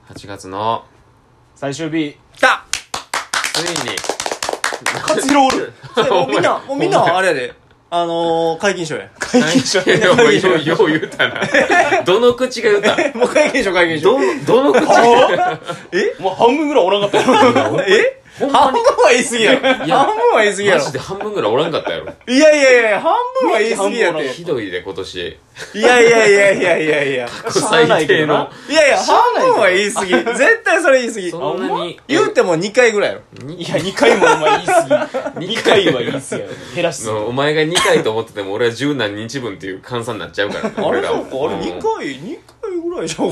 8月の最終日来たついに活ロールもうみんなあれやで解禁賞や解禁賞いやよう言うたなどの口が言うたもう解禁賞どの口がもう半分ぐらいおらんかったよ半分は言い過ぎやろ半分は言い過ぎやろマジで半分ぐらいおらんかったやろいや半分は言い過ぎやってひどいで今年いや最低の半分は言い過ぎ絶対それ言い過ぎそんなに言うても2回ぐらいやろいや2回もお前言い過ぎ2回は言い過ぎやろ減らしすぎお前が2回と思ってても俺は10何日分っていう換算になっちゃうからねあれ俺らはそうかあれ2回ぐらいじゃん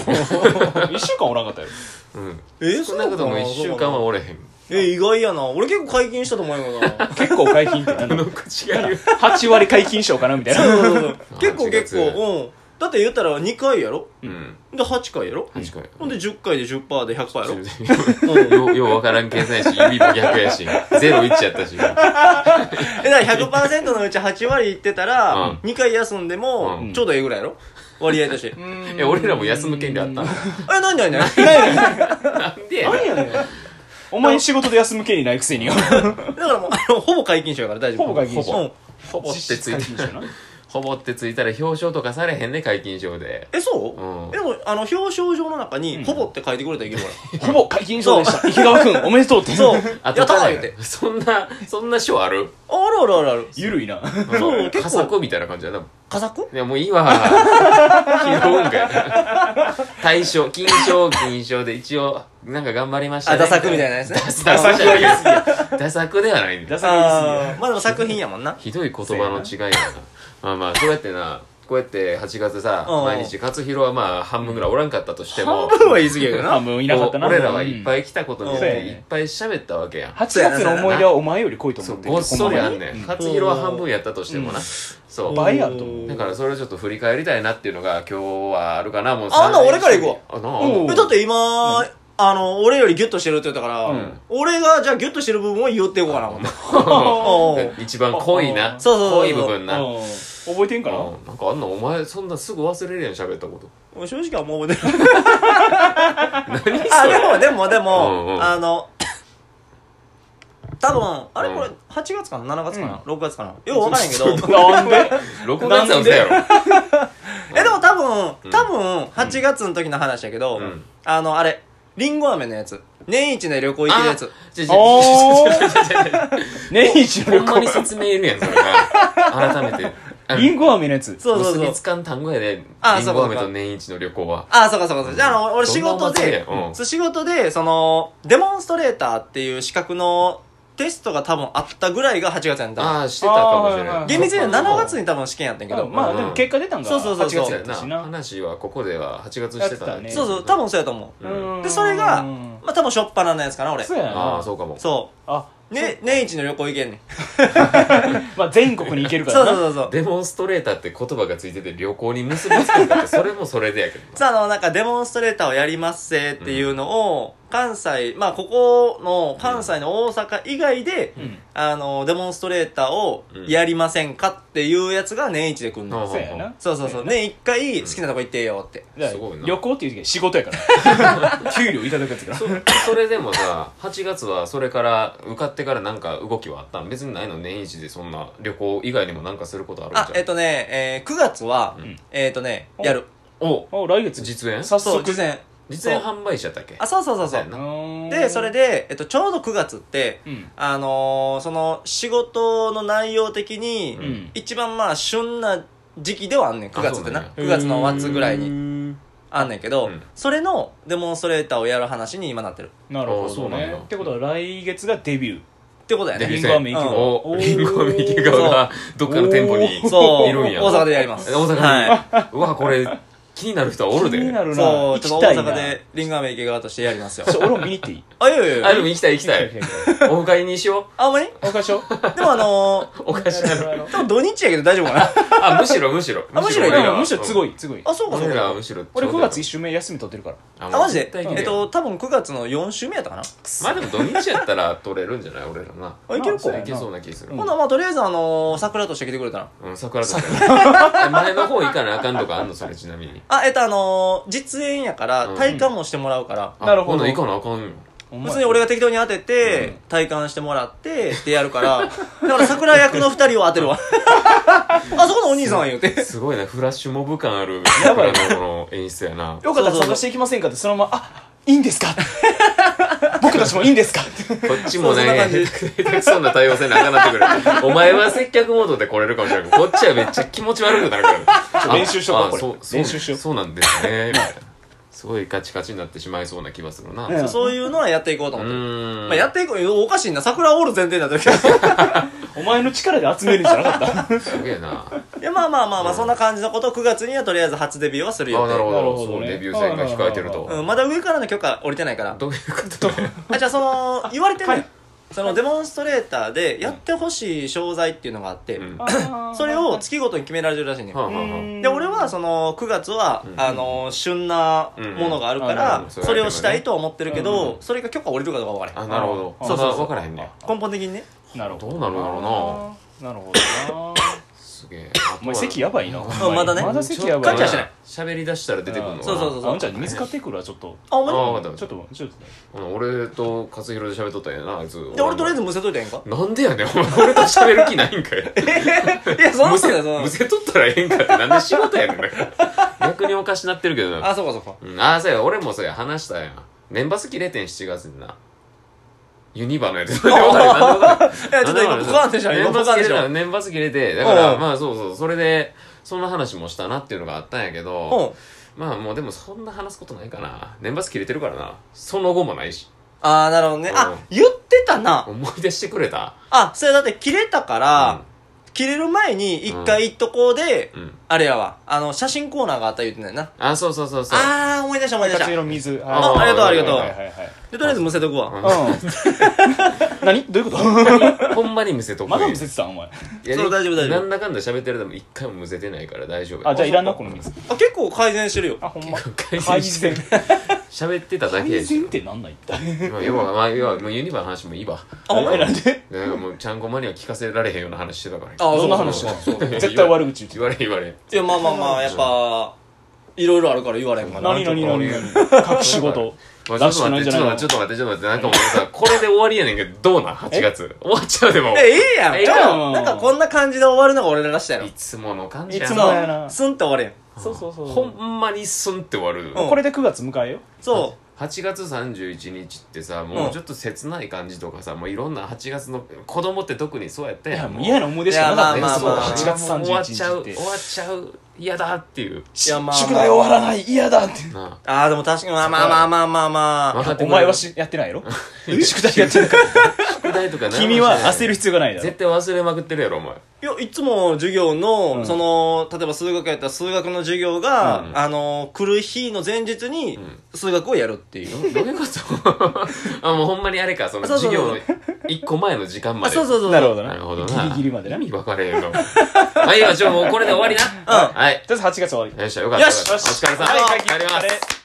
1週間おらんかったよそんなことも1週間はおれへん意外やな俺結構解禁したと思うよな結構解禁って何どの口が言う 8割解禁賞かなみたいなそう結構 8 うんだって言ったら2回やろうんで8回やろ 8回ほんで10回で 10% で100%やろようわからん計算やし指も逆やし0-1やったしだから 100% のうち8割いってたら2回休んでもちょうどええぐらいやろ割合として俺らも休む権利あったの何なんでや何やねんお前仕事で休む権利ないくせによだからもうほぼ解禁賞やから大丈夫ほぼ解禁賞うんほぼってつい解禁賞なほぼってついたら表彰とかされへんね解禁賞でそうでも表彰状の中にほぼって書いてくれたらいけるからほぼ解禁賞でした池川くんおめでとうってそうあとやったー言うてそんな賞あるあるゆるいなそう結構佳作みたいな感じやな佳作いやもういいわ拾うんかい大賞金賞で一応なんか頑張りましたねダ作みたいなやつねダ作じゃないダ作ではないんだダサく言い過ぎやまあでも作品やもんなひどい言葉の違いやなまあそうやってなこうやって8月さうん毎日勝弘はまあ半分ぐらいおらんかったとしても半分は言い過ぎやけどなもういなかったな俺らはいっぱい来たことによっうんていっぱい喋ったわけやん 8月の思い出はお前より濃いと思ってるごっそりあんねうん勝弘は半分やったとしてもなそう倍あると思うだからそれをちょっと振り返りたいなっていうのが今日はあるかなもうあな俺から行くわあなおうだって今俺よりギュッとしてるって言ったから俺がじゃあギュッとしてる部分を言っていこうかな思って一番濃いなそう濃い部分な覚えてんかななんかあんなお前そんなすぐ忘れるやん喋ったこと俺正直はもう覚えてる何それでもうんうん多分あれうんこれ8月かな7月かな6月かなよう分からへんけどなんで 6月は嘘やろでも多分8月の時の話やけどうんあれりんご飴のやつ年一で旅行行けるやつおー年一の旅ほんまに行説明いるやんそれな改めてリンゴ飴のやつそう結びつかん単語やでありんご飴と年一の旅行はそうじゃあ俺仕事でどんなお祭りやうん仕事でデモンストレーターっていう資格のテストが多分あったぐらいが8月やんたああしてたかもしれあーはいはいない厳密には7月に多分試験やったんやけどまあでも結果出たんがそうそうそう 8月やったしな話はここでは8月してたやってたねそう多分そうやと思うでそれがまあ多分しょっぱなのやつかな俺そうやなああそうかもそう年一の旅行行けんねんまあ全国に行けるからなそうデモンストレーターって言葉がついてて旅行に結びつくんだってそれもそれでやけどなさあなんかデモンストレーターをやりますせっていうのを関西まあここの関西の大阪以外でうんデモンストレーターをやりませんかっていうやつが年一で来んのうんそうやなそう年一回好きなとこ行ってよってだからすごいな旅行っていう時は仕事やから給料いただくやつからそれでもさ8月はそれから受かってからなんか動きはあったん別にないの年一でそんな旅行以外にもなんかすることあるんじゃん 9月はやるお来月実演早速そう実演実演販売者だっけそうそうやなでそれでちょうど9月ってうんその仕事の内容的にうん一番まあ旬な時期ではあんねん9月ってなあ 9月の末ぐらいににあんねんけどうんそれのデモンストレーターをやる話に今なってるなるほどそうなんだねってことは来月がデビューってことやねリンゴ飴行けばおリンゴ飴池川がどっかの店舗にそういるんや大阪でやります大阪にはうわこれ気になる人はおるで気になるなそうちょっと大行きたいな阪でリンゴ飴池川としてやりますよ俺も見に行っていいあいやいやいやあでも行きたい行きたいオフ会にしよあんまりおかしょでもうおかしなる多分土日やけど大丈夫かなあむしろあむしろ俺らはむしろすごいすごいあそうかそう俺らはかむしろ俺9月1週目休み取ってるからああマジで絶対行けるよ多分9月の4週目やったかなまあでも土日やったら取れるんじゃない俺らなあいけるかまあいけそうな気するほなまあとりあえず桜として来てくれたらうん桜とか前の方行かなあかんとかあんのそれちなみに実演やから体感もしてもらうから、 なるほど行かなあかんよ。 別に俺が適当に当てて、体感してもらってってやるからだから桜役の2人を当てるわあそこのお兄さん言うてすごいね、フラッシュモブ感あるやばい桜のこの演出やな。 よかったら探していきませんかってそのままいいんですか僕たちもいいんですかこっちもそんなね、 感じ下手くそな対応せなあかんなってくる。お前は接客モードで来れるかもしれないけど、こっちはめっちゃ気持ち悪くなるから。 練習しとこうこれそう練習しようそうなんですね。みたいなすごいカチカチになってしまいそうな気がするな。 うんそういうのはやっていこうと思ってるん。 まあ、やっていこうおかしいな桜おる前提になってるけどお前の力で集めるんじゃなかったすげえな。 いやまあまあまあまあそんな感じのことを9月にはとりあえず初デビューはする予定あ、なるほど。 なるほどねそう、デビュー戦が控えてると。 まだ上からの許可降りてないからどういうことね。 じゃあその言われてる、そのデモンストレーターでやってほしい商材っていうのがあって、 うんそれを月ごとに決められてるらしいね、 はあはあはで俺はその9月は、旬なものがあるから、 うんそれをしたいとは思ってるけど、それが許可降りるかどうか分からへん、 あ、なるほど。 あそうそう、 そうそう分からへんね。 根本的にねなるほどどうなるんだろなるほどなすげえ。 お前席やばいなまだねまだ席やばい感じはしない喋り出したら出てくるのかな。 そうそうそうあんちゃん水買ってくるわちょっとあお前あ、分かった。 ちょっと俺と勝弘で喋っとったんやな、あいつ。 で俺とりあえずむせといたらええんかなんでやねん、お前俺と喋る気ないんかい。 いやそんなむせことないそんなむせとったらええんかってなんで仕事やねんだから逆におかしなってるけどな。 あそうかそうかあ、そうや、俺もそうや、話したやん。年バス切れてん7月にな。ユニバのやつ。なんでわかるなんでわかるいやちょっと今ポカーンでしょ今年ポカーンでしょバス切れた、年バス切れて、だから、 うんまあそうそう、それで、そんな話もしたなっていうのがあったんやけど、まあもうでもそんな話すことないかな。年バス切れてるからな。その後もないし。 ああなるほどねあうん言ってたな思い出してくれた。 あそれだって切れたから切れる前に一回行っとこうでうん。 あれやわ写真コーナーがあった言ってんだよなあ、そうそうそうそう。 ああ思い出した思い出し勝た弘水あありがとうありがとうはいはいはいでとりあえずむせとくわ何どういうことほんまにむせとく。 まだむせてたんお前いやそう大丈夫大丈夫なんだかんだ喋ってるでも一回もむせてないから大丈夫。 あじゃあいらんなこの水あ結構改善してるよあほんま改善してる。喋ってただけ改やし善ってなんない一体まあ要はもうユニバの話もいいわ。 あほんまなんでなんかもうちゃんこまには聞かせられへんような話してたから。 あどんな話そうしてんの絶対悪口言って言われへん言われへん。 いやまあまあまあやっぱいろいろあるから言われへんかな何何何隠し事まあちょっと待って、ちょっと待って、なんかもうさ、これで終わりやねんけど、どうなん ?8 月。終わっちゃうでも。 ええやんええやんなんかこんな感じで終わるのが俺ららしたやろいつもの感じいつやな。 もやなスンって終わるやんそうそうそうほんまにスンって終わる。 うんこれで9月迎えよそ 8月31日ってさ、もうちょっと切ない感じとかさ、もういろんな8月の子供って特にそうやったいややん。 もう嫌な思い出しかなかったよいやまあまあまあ 8月31日終わっちゃう、 って終わっちゃう、嫌だっていう。 いやまあ宿題終わらない嫌だってなうああでも確かにまあまあまあまあまあまあ分かってくれるお前はやってないやろ宿題やってなかった宿題とか君は焦る必要がないだろ絶対忘れまくってるやろ、お前。 いやいつも授業の、 うんその例えば数学やったら数学の授業が、 うん来る日の前日に数学をやるっていう、 どういうことあ、もうほんまにあれか、そのそうそうそう授業の1個前の時間まで。 あそうそうそうなるほどなるほどなな。 ギリギリまでな意味分かれへんの。はい、もうこれで終わりな。はい。 とりあえず8月終わりよっしゃ、よかった。 よしお疲れさん。 はい帰ります。